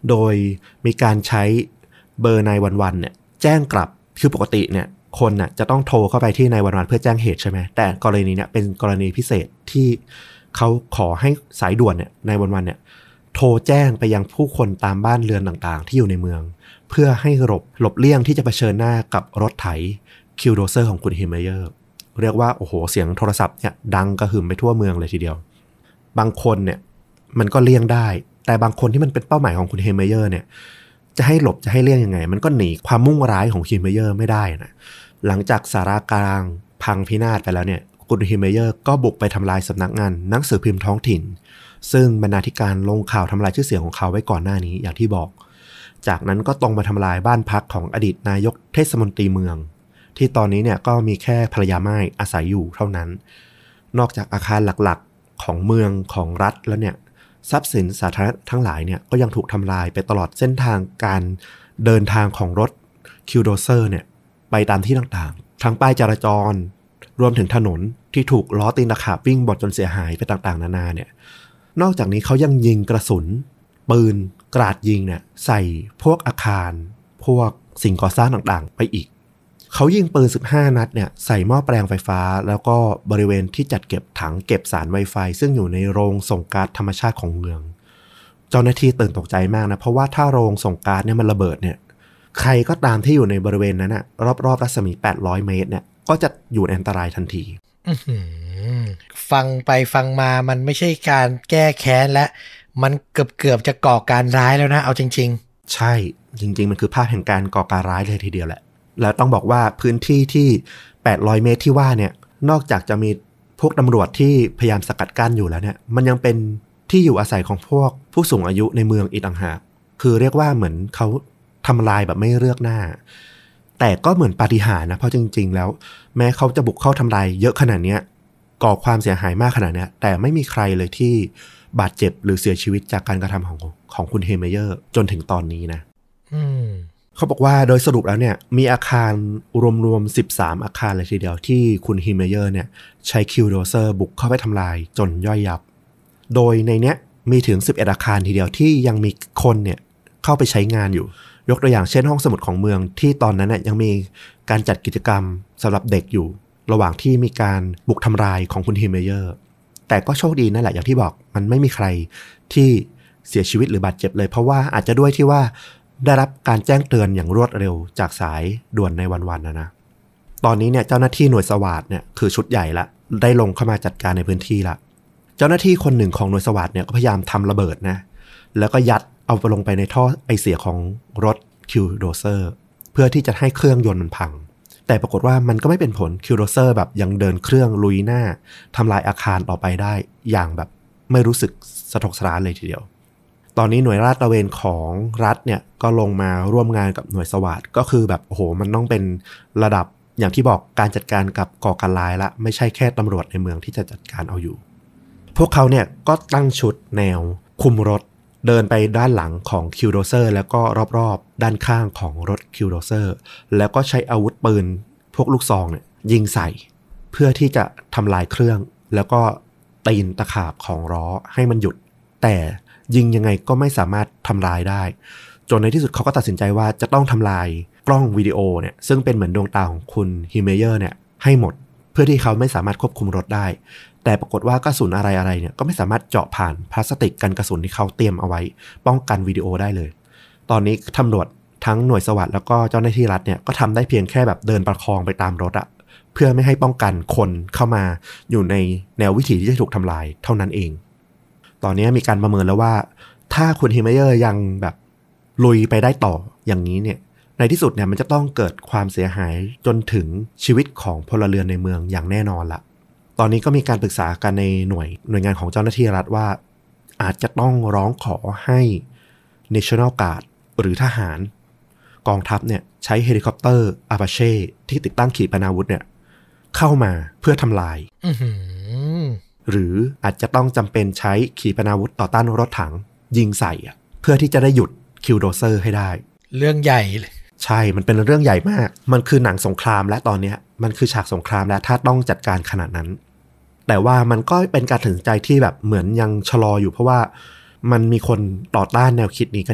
โดยมีการใช้เบอร์นายวันวันเนี่ยแจ้งกลับคือปกติเนี่ยคนน่ะจะต้องโทรเข้าไปที่นายวันวันเพื่อแจ้งเหตุใช่ไหมแต่กรณีเนี้ยเป็นกรณีพิเศษที่เขาขอให้สายด่วนเนี่ยนายวันวันเนี่ยโทรแจ้งไปยังผู้คนตามบ้านเรือนต่างๆที่อยู่ในเมืองเพื่อให้หลบหลบเลี่ยงที่จะเผชิญหน้ากับรถไถคิวโดเซอร์ของคุณฮิเมเยอร์เรียกว่าโอ้โหเสียงโทรศัพท์เนี่ยดังกระหึ่มไปทั่วเมืองเลยทีเดียวบางคนเนี่ยมันก็เลี่ยงได้แต่บางคนที่มันเป็นเป้าหมายของคุณฮิเมเยอร์เนี่ยจะให้หลบจะให้เลี่ยงยังไงมันก็หนีความมุ่งร้ายของฮิเมเยอร์ไม่ได้นะหลังจากสารากลางพังพินาศไปแล้วเนี่ยคุณฮิเมเยอร์ก็บุกไปทำลายสำนักงานหนังสือพิมพ์ท้องถิ่นซึ่งบรรณาธิการลงข่าวทำลายชื่อเสียงของเขาไว้ก่อนหน้านี้อย่างที่บอกจากนั้นก็ตรงมาทำลายบ้านพักของอดีตนายกเทศมนตรีเมืองที่ตอนนี้เนี่ยก็มีแค่ภรรยาม่ายอาศัยอยู่เท่านั้นนอกจากอาคารหลักๆของเมืองของรัฐแล้วเนี่ยทรัพย์สินสาธารณะทั้งหลายเนี่ยก็ยังถูกทำลายไปตลอดเส้นทางการเดินทางของรถคิวโดเซอร์เนี่ยไปตามที่ต่างๆทั้งป้ายจราจรรวมถึงถนนที่ถูกล้อตีนตะขาบวิ่งบดจนเสียหายไปต่างๆนานาเนี่ยนอกจากนี้เขายังยิงกระสุนปืนกราดยิงเนี่ยใส่พวกอาคารพวกสิ่งก่อสร้างต่างๆไปอีกเขายิงปืนสิบห้านัดเนี่ยใส่หม้อแปลงไฟฟ้าแล้วก็บริเวณที่จัดเก็บถังเก็บสารไวไฟซึ่งอยู่ในโรงส่งก๊าซธรรมชาติของเมืองเจ้าหน้าที่ตื่นตกใจมากนะเพราะว่าถ้าโรงส่งก๊าซเนี่ยมันระเบิดเนี่ยใครก็ตามที่อยู่ในบริเวณนั้นนะรอบๆรัศมีแปดร้อยเมตรเนี่ยก็จะอยู่ในอันตรายทันทีฟังไปฟังมามันไม่ใช่การแก้แค้นและมันเกือบเกือบจะก่อการร้ายแล้วนะเอาจริงๆใช่จริงๆมันคือภาพแห่งการก่อการร้ายเลยทีเดียวแหละแล้วต้องบอกว่าพื้นที่ที่แปดร้อยเมตรที่ว่าเนี่ยนอกจากจะมีพวกตำรวจที่พยายามสกัดกั้นอยู่แล้วเนี่ยมันยังเป็นที่อยู่อาศัยของพวกผู้สูงอายุในเมืองอีกต่างหากคือเรียกว่าเหมือนเขาทำลายแบบไม่เลือกหน้าแต่ก็เหมือนปาฏิหาริย์นะเพราะจริงๆแล้วแม้เขาจะบุกเข้าทำลายเยอะขนาดนี้ก่อความเสียหายมากขนาดนี้แต่ไม่มีใครเลยที่บาดเจ็บหรือเสียชีวิตจากการกระทำของของคุณเฮเมเยอร์จนถึงตอนนี้นะอืมเขาบอกว่าโดยสรุปแล้วเนี่ยมีอาคารรวมๆสิบสามอาคารเลยทีเดียวที่คุณฮิเมเยอร์เนี่ยใช้คิวโดเซอร์บุกเข้าไปทำลายจนย่อยยับโดยในเนี้ยมีถึงสิบเอ็ดอาคารทีเดียวที่ยังมีคนเนี่ยเข้าไปใช้งานอยู่ยกตัวอย่างเช่นห้องสมุดของเมืองที่ตอนนั้นเนี่ยยังมีการจัดกิจกรรมสำหรับเด็กอยู่ระหว่างที่มีการบุกทำลายของคุณฮิเมเยอร์แต่ก็โชคดีนั่นแหละอย่างที่บอกมันไม่มีใครที่เสียชีวิตหรือบาดเจ็บเลยเพราะว่าอาจจะด้วยที่ว่าได้รับการแจ้งเตือนอย่างรวดเร็วจากสายด่วนในวันๆนะนะตอนนี้เนี่ยเจ้าหน้าที่หน่วยสวาทเนี่ยคือชุดใหญ่ละได้ลงเข้ามาจัดการในพื้นที่ละเจ้าหน้าที่คนหนึ่งของหน่วยสวาทเนี่ยก็พยายามทำระเบิดนะแล้วก็ยัดเอาไปลงไปในท่อไอเสียของรถคิวโดเซอร์เพื่อที่จะให้เครื่องยนต์มันพังแต่ปรากฏว่ามันก็ไม่เป็นผลคิวโดเซอร์แบบยังเดินเครื่องลุยหน้าทำลายอาคารต่อไปได้อย่างแบบไม่รู้สึกสะทกสะท้านเลยทีเดียวตอนนี้หน่วยลาดตระเวนของรัฐเนี่ยก็ลงมาร่วมงานกับหน่วยสวาทก็คือแบบโอ้โหมันต้องเป็นระดับอย่างที่บอกการจัดการกับก่อการร้ายละไม่ใช่แค่ตำรวจในเมืองที่จะจัดการเอาอยู่พวกเขาเนี่ยก็ตั้งชุดแนวคุมรถเดินไปด้านหลังของคิวโดเซอร์แล้วก็รอบๆด้านข้างของรถคิวโดเซอร์แล้วก็ใช้อาวุธปืนพวกลูกซองเนี่ยยิงใส่เพื่อที่จะทำลายเครื่องแล้วก็ตีนตะขาบของล้อให้มันหยุดแต่ยิงยังไงก็ไม่สามารถทำลายได้จนในที่สุดเขาก็ตัดสินใจว่าจะต้องทำลายกล้องวิดีโอเนี่ยซึ่งเป็นเหมือนดวงตาของคุณฮิเมเยอร์เนี่ยให้หมดเพื่อที่เขาไม่สามารถควบคุมรถได้แต่ปรากฏว่ากระสุนอะไรอะไรเนี่ยก็ไม่สามารถเจาะผ่านพลาสติกกันกระสุนที่เขาเตรียมเอาไว้ป้องกันวิดีโอได้เลยตอนนี้ตำรวจทั้งหน่วยสวัสดิ์แล้วก็เจ้าหน้าที่รัฐเนี่ยก็ทำได้เพียงแค่แบบเดินประคองไปตามรถอะเพื่อไม่ให้ป้องกันคนเข้ามาอยู่ในแนววิถีที่จะถูกทำลายเท่านั้นเองตอนนี้มีการประเมินแล้วว่าถ้าคุณฮิเมเยอร์ยังแบบลุยไปได้ต่ออย่างนี้เนี่ยในที่สุดเนี่ยมันจะต้องเกิดความเสียหายจนถึงชีวิตของพลเรือนในเมืองอย่างแน่นอนละตอนนี้ก็มีการปรึกษากันในหน่วยหน่วยงานของเจ้าหน้าที่รัฐว่าอาจจะต้องร้องขอให้ National Guard หรือทหารกองทัพเนี่ยใช้เฮลิคอปเตอร์ Apache ที่ติดตั้งขีปนาวุธเนี่ยเข้ามาเพื่อทำลายหรืออาจจะต้องจำเป็นใช้ขีปนาวุธต่อต้านรถถังยิงใส่อ่ะเพื่อที่จะได้หยุดคิวโดเซอร์ให้ได้เรื่องใหญ่เลยใช่มันเป็นเรื่องใหญ่มากมันคือหนังสงครามและตอนนี้มันคือฉากสงครามและถ้าต้องจัดการขนาดนั้นแต่ว่ามันก็เป็นการตัดสินใจที่แบบเหมือนยังชะลออยู่เพราะว่ามันมีคนต่อต้านแนวคิดนี้กันเยอะ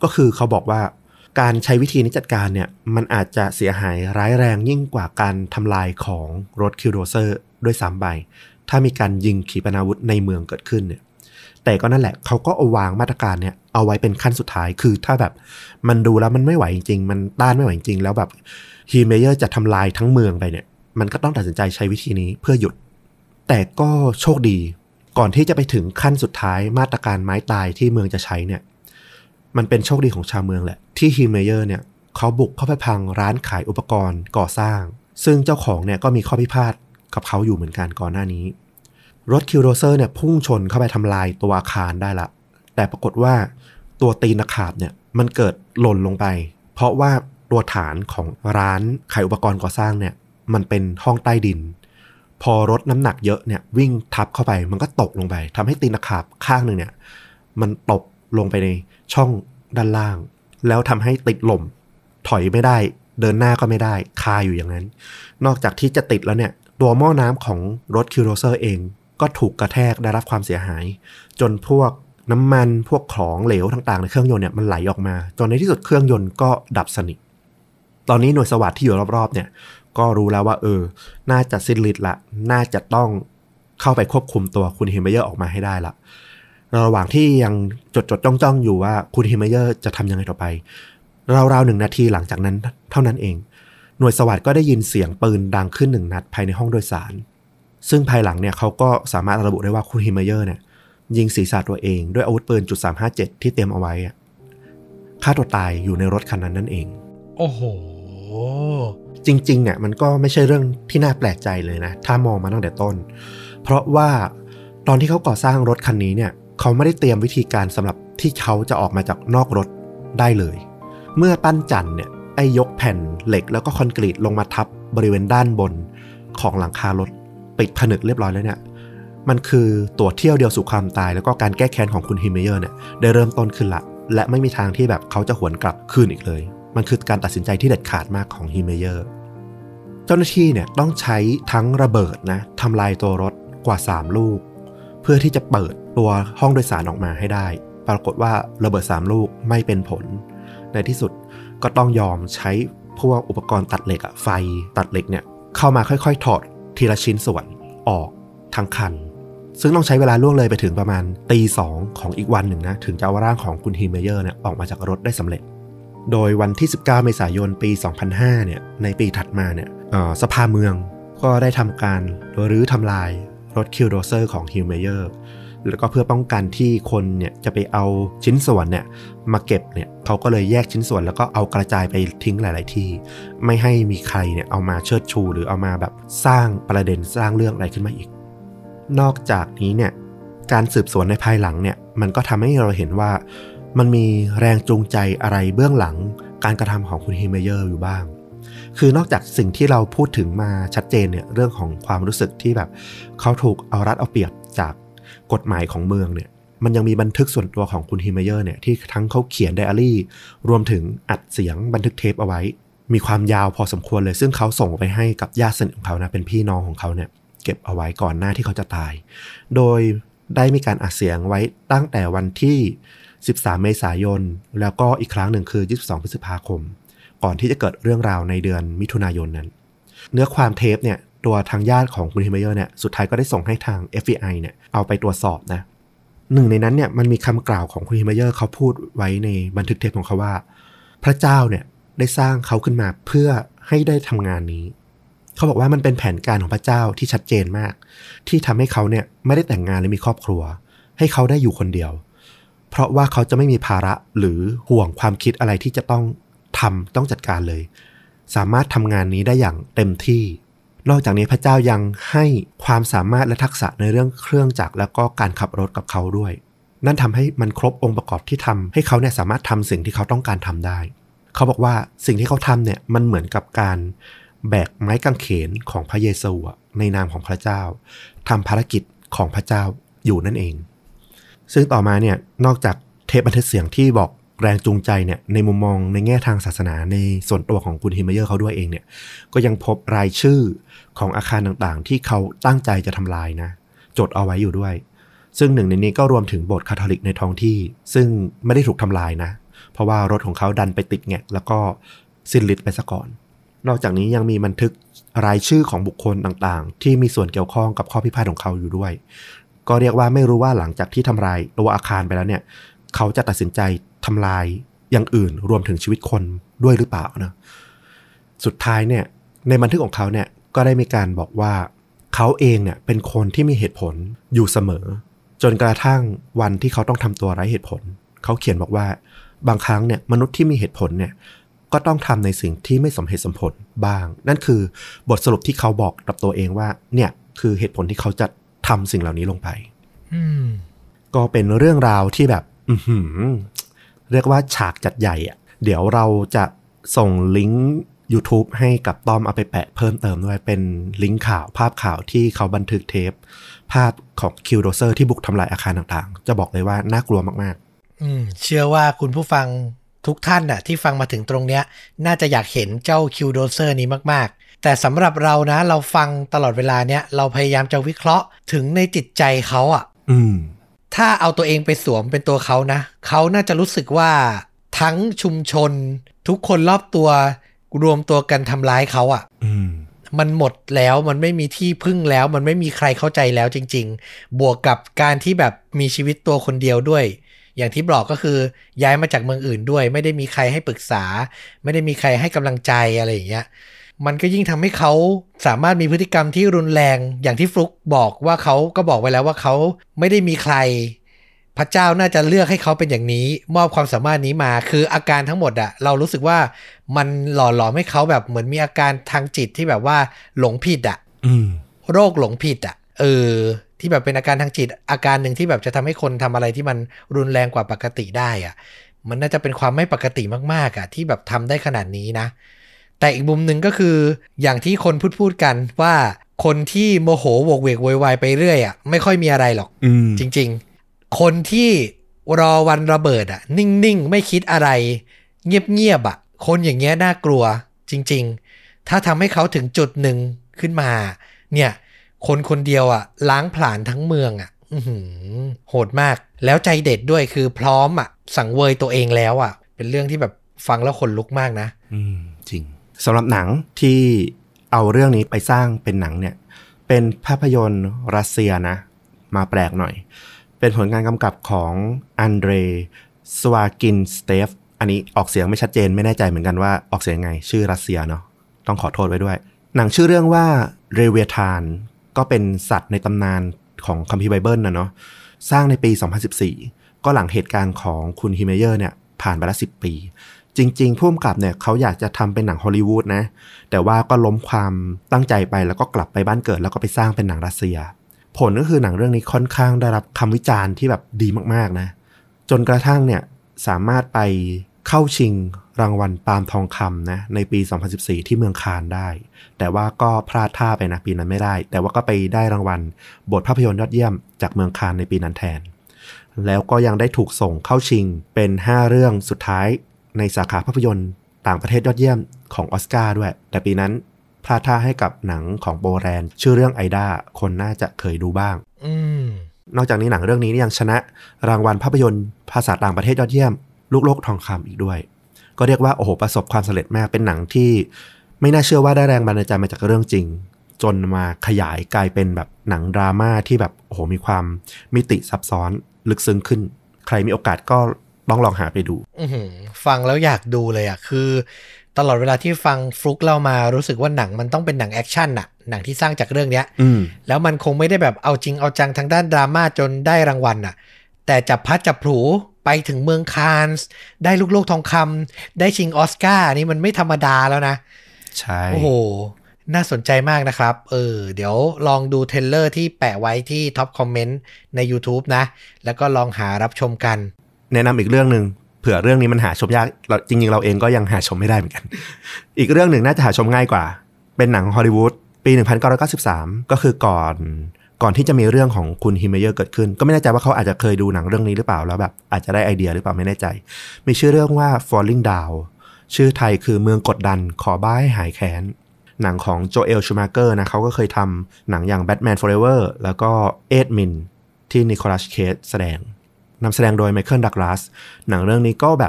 ก็คือเขาบอกว่าการใช้วิธีนี้จัดการเนี่ยมันอาจจะเสียหายร้ายแรงยิ่งกว่าการทำลายของรถคิวโดเซอร์ด้วยซ้ำไปถ้ามีการยิงขีปนาวุธในเมืองเกิดขึ้นเนี่ยแต่ก็นั่นแหละเขาก็เอาวางมาตรการเนี่ยเอาไว้เป็นขั้นสุดท้ายคือถ้าแบบมันดูแล้วมันไม่ไหวจริงๆมันต้านไม่ไหวจริงๆแล้วแบบฮีเมเยอร์จะทำลายทั้งเมืองไปเนี่ยมันก็ต้องตัดสินใจใช้วิธีนี้เพื่อหยุดแต่ก็โชคดีก่อนที่จะไปถึงขั้นสุดท้ายมาตรการไม้ตายที่เมืองจะใช้เนี่ยมันเป็นโชคดีของชาวเมืองแหละที่ฮีเมเยอร์เนี่ยเขาบุกเข้าไปพังร้านขายอุปกรณ์ก่อสร้างซึ่งเจ้าของเนี่ยก็มีข้อพิพาทกับเขาอยู่เหมือนกันก่อนหน้านี้รถคิวโดเซอร์เนี่ยพุ่งชนเข้าไปทำลายตัวอาคารได้ละแต่ปรากฏว่าตัวตีนตะขาบเนี่ยมันเกิดหล่นลงไปเพราะว่าตัวฐานของร้านขายอุปกรณ์ก่อสร้างเนี่ยมันเป็นห้องใต้ดินพอรถน้ำหนักเยอะเนี่ยวิ่งทับเข้าไปมันก็ตกลงไปทำให้ตีนตะขาบข้างหนึ่งเนี่ยมันตกลงไปในช่องด้านล่างแล้วทำให้ติดลมถอยไม่ได้เดินหน้าก็ไม่ได้คาอยู่อย่างนั้นนอกจากที่จะติดแล้วเนี่ยตัวหม้อน้ำของรถคิวโดเซอร์เองก็ถูกกระแทกได้รับความเสียหายจนพวกน้ำมันพวกของเหลวต่างๆในเครื่องยนต์เนี่ยมันไหลออกมาจนในที่สุดเครื่องยนต์ก็ดับสนิทตอนนี้หน่วยสวัสดิ์ที่อยู่รอบๆเนี่ยก็รู้แล้วว่าเออน่าจะสิ้นฤทธิ์ละน่าจะต้องเข้าไปควบคุมตัวคุณฮิมเมเยอร์ออกมาให้ได้ละระหว่างที่ยังจดจดจ้องจ้องอยู่ว่าคุณฮิมเมเยอร์จะทำยังไงต่อไปราวๆหนึ่งนาทีหลังจากนั้นเท่านั้นเองหน่วยสวัสดิ์ก็ได้ยินเสียงปืนดังขึ้นหนึ่งนัดภายในห้องโดยสารซึ่งภายหลังเนี่ยเขาก็สามารถระบุได้ว่าคุณฮิมเมเยอร์เนี่ยยิงศีรษะตัวเองด้วยอาวุธปืนจุดสามห้าเจ็ดที่เตรียมเอาไว้ฆ่าตัวตายอยู่ในรถคันนั้นนั่นเองโอ้โหจริงๆเนี่ยมันก็ไม่ใช่เรื่องที่น่าแปลกใจเลยนะถ้ามองมาตั้งแต่ต้นเพราะว่าตอนที่เขาก่อสร้างรถคันนี้เนี่ยเขาไม่ได้เตรียมวิธีการสำหรับที่เขาจะออกมาจากนอกรถได้เลยเมื่อปั้นจันเนี่ยไอ้ยกแผ่นเหล็กแล้วก็คอนกรีตลงมาทับบริเวณด้านบนของหลังคารถปิดผนึกเรียบร้อยแล้วเนี่ยมันคือตัวเที่ยวเดียวสู่ความตายแล้วก็การแก้แค้นของคุณฮิมเมเยอร์เนี่ยได้เริ่มต้นขึ้นละและไม่มีทางที่แบบเขาจะหวนกลับคืนอีกเลยมันคือการตัดสินใจที่เด็ดขาดมากของฮิมเมเยอร์เจ้าหน้าที่เนี่ยต้องใช้ทั้งระเบิดนะทำลายตัวรถกว่าสามลูกเพื่อที่จะเปิดตัวห้องโดยสารออกมาให้ได้ปรากฏว่าระเบิดสามลูกไม่เป็นผลในที่สุดก็ต้องยอมใช้พวกอุปกรณ์ตัดเหล็กอะไฟตัดเหล็กเนี่ยเข้ามาค่อยๆถอดทีละชิ้นส่วนออกทั้งคันซึ่งต้องใช้เวลาล่วงเลยไปถึงประมาณตีสองของอีกวันหนึ่งนะถึงจะเอาร่างของคุณฮิมเมเยอร์เนี่ยออกมาจากรถได้สำเร็จโดยวันที่สิบเก้าเมษายนปีสองพันห้าเนี่ยในปีถัดมาเนี่ยสภาเมืองก็ได้ทำการรื้อทำลายรถคิวโดเซอร์ของฮิมเมเยอร์แล้วก็เพื่อป้องกันที่คนเนี่ยจะไปเอาชิ้นส่วนเนี่ยมาเก็บเนี่ยเขาก็เลยแยกชิ้นส่วนแล้วก็เอากระจายไปทิ้งหลายๆที่ไม่ให้มีใครเนี่ยเอามาเชิดชูหรือเอามาแบบสร้างประเด็นสร้างเรื่องอะไรขึ้นมาอีกนอกจากนี้เนี่ยการสืบสวนในภายหลังเนี่ยมันก็ทำให้เราเห็นว่ามันมีแรงจูงใจอะไรเบื้องหลังการกระทำของคุณฮิมเมเยอร์อยู่บ้างคือนอกจากสิ่งที่เราพูดถึงมาชัดเจนเนี่ยเรื่องของความรู้สึกที่แบบเขาถูกเอารัดเอาเปรียบจากกฎหมายของเมืองเนี่ยมันยังมีบันทึกส่วนตัวของคุณฮิมเมเยอร์เนี่ยที่ทั้งเขาเขียนไดอารี่รวมถึงอัดเสียงบันทึกเทปเอาไว้มีความยาวพอสมควรเลยซึ่งเขาส่งไปให้กับญาติสนิทของเขานะเป็นพี่น้องของเขาเนี่ยเก็บเอาไว้ก่อนหน้าที่เขาจะตายโดยได้มีการอัดเสียงไว้ตั้งแต่วันที่สิบสามเมษายนแล้วก็อีกครั้งหนึ่งคือยี่สิบสองพฤษภาคมก่อนที่จะเกิดเรื่องราวในเดือนมิถุนายนนั้นเนื้อความเทปเนี่ยตัวทางญาติของคุณฮิมเมเยอร์เนี่ยสุดท้ายก็ได้ส่งให้ทาง เอฟ บี ไอ เนี่ยเอาไปตรวจสอบนะหนึ่งในนั้นเนี่ยมันมีคำกล่าวของคุณฮิมเมเยอร์เขาพูดไว้ในบันทึกเทปของเขาว่าพระเจ้าเนี่ยได้สร้างเขาขึ้นมาเพื่อให้ได้ทำงานนี้เขาบอกว่ามันเป็นแผนการของพระเจ้าที่ชัดเจนมากที่ทำให้เขาเนี่ยไม่ได้แต่งงานและมีครอบครัวให้เขาได้อยู่คนเดียวเพราะว่าเขาจะไม่มีภาระหรือห่วงความคิดอะไรที่จะต้องทำต้องจัดการเลยสามารถทำงานนี้ได้อย่างเต็มที่นอกจากนี้พระเจ้ายังให้ความสามารถและทักษะในเรื่องเครื่องจักรแล้วก็การขับรถกับเขาด้วยนั่นทำให้มันครบองค์ประกอบที่ทำให้เขาเนี่ยสามารถทำสิ่งที่เขาต้องการทำได้เขาบอกว่าสิ่งที่เขาทำเนี่ยมันเหมือนกับการแบกไม้กางเขนของพระเยซูในนามของพระเจ้าทำภารกิจของพระเจ้าอยู่นั่นเองซึ่งต่อมาเนี่ยนอกจากเทปบันทึกเสียงที่บอกแรงจูงใจเนี่ยในมุมมองในแง่ทางศาสนาในส่วนตัวของคุณฮิมเมเยอร์เขาด้วยเองเนี่ยก็ยังพบรายชื่อของอาคารต่างๆที่เขาตั้งใจจะทำลายนะจดเอาไว้อยู่ด้วยซึ่งหนึ่งในนี้ก็รวมถึงโบสถ์คาทอลิกในท้องที่ซึ่งไม่ได้ถูกทำลายนะเพราะว่ารถของเขาดันไปติดแงะแล้วก็สิ้นฤทธิ์ไปซะก่อนนอกจากนี้ยังมีบันทึกรายชื่อของบุคคลต่างๆที่มีส่วนเกี่ยวข้องกับข้อพิพาทของเขาอยู่ด้วยก็เรียกว่าไม่รู้ว่าหลังจากที่ทำลายตัวอาคารไปแล้วเนี่ยเขาจะตัดสินใจทำลายอย่างอื่นรวมถึงชีวิตคนด้วยหรือเปล่านะสุดท้ายเนี่ยในบันทึกของเขาเนี่ยก็ได้มีการบอกว่าเขาเองเนี่ยเป็นคนที่มีเหตุผลอยู่เสมอจนกระทั่งวันที่เขาต้องทำตัวไร้เหตุผลเขาเขียนบอกว่าบางครั้งเนี่ยมนุษย์ที่มีเหตุผลเนี่ยก็ต้องทำในสิ่งที่ไม่สมเหตุสมผลบ้างนั่นคือบทสรุปที่เขาบอกกับตัวเองว่าเนี่ยคือเหตุผลที่เขาจะทำสิ่งเหล่านี้ลงไปก็เป็นเรื่องราวที่แบบอื้อหือเรียกว่าฉากจัดใหญ่อ่ะเดี๋ยวเราจะส่งลิงก์ YouTube ให้กับต้อมเอาไปแปะเพิ่มเติมด้วยเป็นลิงก์ข่าวภาพข่าวที่เขาบันทึกเทปภาพของคิวโดเซอร์ที่บุกทำลายอาคารต่างๆจะบอกเลยว่าน่ากลัวมากๆอืมเชื่อว่าคุณผู้ฟังทุกท่านน่ะที่ฟังมาถึงตรงเนี้ยน่าจะอยากเห็นเจ้าคิวโดเซอร์นี้มากๆแต่สำหรับเรานะเราฟังตลอดเวลาเนี้ยเราพยายามจะวิเคราะห์ถึงในจิตใจเขาอ่ะอืมถ้าเอาตัวเองไปสวมเป็นตัวเขานะเขาน่าจะรู้สึกว่าทั้งชุมชนทุกคนรอบตัวรวมตัวกันทำร้ายเขาอ่ะมันหมดแล้วมันไม่มีที่พึ่งแล้วมันไม่มีใครเข้าใจแล้วจริงๆบวกกับการที่แบบมีชีวิตตัวคนเดียวด้วยอย่างที่บอกก็คือย้ายมาจากเมืองอื่นด้วยไม่ได้มีใครให้ปรึกษาไม่ได้มีใครให้กำลังใจอะไรอย่างเงี้ยมันก็ยิ่งทำให้เขาสามารถมีพฤติกรรมที่รุนแรงอย่างที่ฟลุกบอกว่าเขาก็บอกไว้แล้วว่าเขาไม่ได้มีใครพระเจ้าน่าจะเลือกให้เขาเป็นอย่างนี้มอบความสามารถนี้มาคืออาการทั้งหมดอะเรารู้สึกว่ามันหล่อหลอมให้เขาแบบเหมือนมีอาการทางจิตที่แบบว่าหลงผิดอะโรคหลงผิดอะเออที่แบบเป็นอาการทางจิตอาการหนึ่งที่แบบจะทำให้คนทำอะไรที่มันรุนแรงกว่าปกติได้อะมันน่าจะเป็นความไม่ปกติมากๆอะที่แบบทำได้ขนาดนี้นะแต่อีกมุมหนึ่งก็คืออย่างที่คนพูดพูดกันว่าคนที่โมโหโวกเวกโวยวายไปเรื่อยอะไม่ค่อยมีอะไรหรอกจริงๆคนที่รอวันระเบิดอะนิ่งๆไม่คิดอะไรเงียบๆอะคนอย่างเงี้ยน่ากลัวจริงๆถ้าทำให้เขาถึงจุดหนึ่งขึ้นมาเนี่ยคนคนเดียวอ่ะล้างผลาญทั้งเมืองอ่ะอื้อหือโหดมากแล้วใจเด็ดด้วยคือพร้อมอ่ะสังเวยตัวเองแล้วอ่ะเป็นเรื่องที่แบบฟังแล้วขนลุกมากนะอืมจริงสำหรับหนังที่เอาเรื่องนี้ไปสร้างเป็นหนังเนี่ยเป็นภาพยนตร์รัสเซียนะมาแปลกหน่อยเป็นผลงานกำกับของอันเดรสวากินสเตฟอันนี้ออกเสียงไม่ชัดเจนไม่แน่ใจเหมือนกันว่าออกเสียงไงชื่อรัสเซียเนาะต้องขอโทษไว้ด้วยหนังชื่อเรื่องว่าเรเวทานก็เป็นสัตว์ในตำนานของคัมภีร์ไบเบิลนะเนาะสร้างในปีสองพันสิบสี่ก็หลังเหตุการณ์ของคุณฮิเมเยอร์เนี่ยผ่านไปแล้วสิบปีจริงๆผู้กำกับเนี่ยเขาอยากจะทำเป็นหนังฮอลลีวูดนะแต่ว่าก็ล้มความตั้งใจไปแล้วก็กลับไปบ้านเกิดแล้วก็ไปสร้างเป็นหนังรัสเซียผลก็คือหนังเรื่องนี้ค่อนข้างได้รับคำวิจารณ์ที่แบบดีมากๆนะจนกระทั่งเนี่ยสามารถไปเข้าชิงรางวัลปาล์มทองคำนะในปีสองพันสิบสี่ที่เมืองคานได้แต่ว่าก็พลาดท่าไปนะปีนั้นไม่ได้แต่ว่าก็ไปได้รางวัลบทภาพยนตร์ยอดเยี่ยมจากเมืองคานในปีนั้นแทนแล้วก็ยังได้ถูกส่งเข้าชิงเป็นห้าเรื่องสุดท้ายในสาขาภาพยนตร์ต่างประเทศยอดเยี่ยมของออสการ์ด้วยแต่ปีนั้นพลาดท่าให้กับหนังของโปแลนด์ชื่อเรื่องไอดาคนน่าจะเคยดูบ้างนอกจากนี้หนังเรื่องนี้ยังชนะรางวัลภาพยนตร์ภาษาต่างประเทศยอดเยี่ยมลูกโลกทองคำอีกด้วยก็เรียกว่าโอ้โหประสบความสำเร็จมากเป็นหนังที่ไม่น่าเชื่อว่าได้แรงบันดาลใจมาจากเรื่องจริงจนมาขยายกลายเป็นแบบหนังดราม่าที่แบบโอ้โหมีความมิติซับซ้อนลึกซึ้งขึ้นใครมีโอกาสก็ต้องลองหาไปดูฟังแล้วอยากดูเลยอ่ะคือตลอดเวลาที่ฟังฟลุกเล่ามารู้สึกว่าหนังมันต้องเป็นหนังแอคชั่นน่ะหนังที่สร้างจากเรื่องเนี้ยแล้วมันคงไม่ได้แบบเอาจริงเอาจังทางด้านดราม่าจนได้รางวัลน่ะแต่จับพัดจับผูไปถึงเมืองคานส์ได้ลูกโลกทองคำได้ชิงออสการ์นี่มันไม่ธรรมดาแล้วนะใช่โอ้โหน่าสนใจมากนะครับเออเดี๋ยวลองดูเทรลเลอร์ที่แปะไว้ที่ท็อปคอมเมนต์ใน YouTube นะแล้วก็ลองหารับชมกันแนะนำอีกเรื่องนึงเผื่อเรื่องนี้มันหาชมยากจริงๆเราเองก็ยังหาชมไม่ได้เหมือนกันอีกเรื่องหนึ่งน่าจะหาชมง่ายกว่าเป็นหนังฮอลลีวูดปีหนึ่งพันเก้าร้อยเก้าสิบสามก็คือก่อนก่อนที่จะมีเรื่องของคุณฮิเมเยอร์เกิดขึ้นก็ไม่แน่ใจว่าเขาอาจจะเคยดูหนังเรื่องนี้หรือเปล่าแล้วแบบอาจจะได้ไอเดียหรือเปล่าไม่แน่ใจมีชื่อเรื่องว่า Falling Down ชื่อไทยคือเมืองกดดันขอบ้าให้หายแค้นหนังของโจเอลชูมาเกอร์นะเขาก็เคยทำหนังอย่าง Batman Forever แล้วก็เอ็ดมินที่นิโคลัสเคจแสดงนำแสดงโดยไมเคิลดักลาสหนังเรื่องนี้ก็แบบโ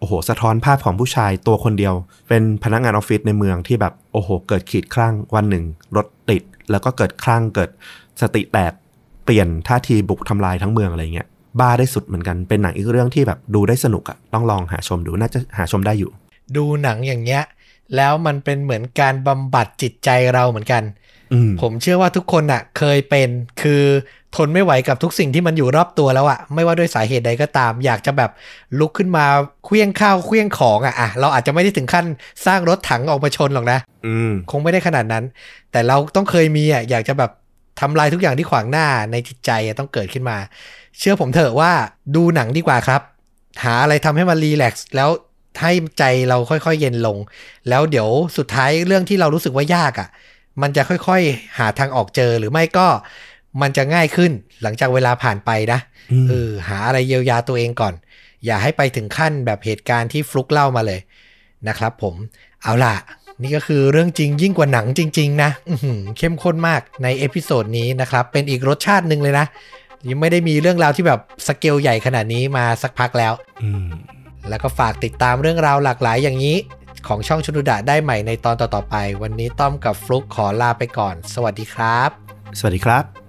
โอ้โหสะท้อนภาพของผู้ชายตัวคนเดียวเป็นพนักงานออฟฟิศในเมืองที่แบบโอ้โหเกิดขีดคลั่งวันหนึ่งรถติดแล้วก็เกิดคลั่งเกิดสติแตกเปลี่ยนท่าทีบุกทำลายทั้งเมืองอะไรเงี้ยบ้าได้สุดเหมือนกันเป็นหนังอีกเรื่องที่แบบดูได้สนุกอ่ะต้องลองหาชมดูน่าจะหาชมได้อยู่ดูหนังอย่างเงี้ยแล้วมันเป็นเหมือนการบำบัดจิตใจเราเหมือนกันผมเชื่อว่าทุกคนอ่ะเคยเป็นคือทนไม่ไหวกับทุกสิ่งที่มันอยู่รอบตัวแล้วอ่ะไม่ว่าด้วยสาเหตุใดก็ตามอยากจะแบบลุกขึ้นมาเคลี้ยงข้าวเคลี้ยงของอ่ะอ่ะเราอาจจะไม่ได้ถึงขั้นสร้างรถถังออกมาชนหรอกนะคงไม่ได้ขนาดนั้นแต่เราต้องเคยมีอ่ะอยากจะแบบทำลายทุกอย่างที่ขวางหน้าในจิตใจต้องเกิดขึ้นมาเชื่อผมเถอะว่าดูหนังดีกว่าครับหาอะไรทำให้มันรีแลกซ์แล้วให้ใจเราค่อยๆเย็นลงแล้วเดี๋ยวสุดท้ายเรื่องที่เรารู้สึกว่ายากอ่ะมันจะค่อยๆหาทางออกเจอหรือไม่ก็มันจะง่ายขึ้นหลังจากเวลาผ่านไปนะเออหาอะไรเยียวยาตัวเองก่อนอย่าให้ไปถึงขั้นแบบเหตุการณ์ที่ฟลุกเล่ามาเลยนะครับผมเอาล่ะนี่ก็คือเรื่องจริงยิ่งกว่าหนังจริงๆนะเข้มข้นมากในเอพิโซดนี้นะครับเป็นอีกรสชาติหนึ่งเลยนะยังไม่ได้มีเรื่องราวที่แบบสเกลใหญ่ขนาดนี้มาสักพักแล้วแล้วก็ฝากติดตามเรื่องราวหลากหลายอย่างนี้ของช่องชนุดะได้ใหม่ในตอนต่อๆไปวันนี้ต้อมกับฟลุกขอลาไปก่อนสวัสดีครับสวัสดีครับ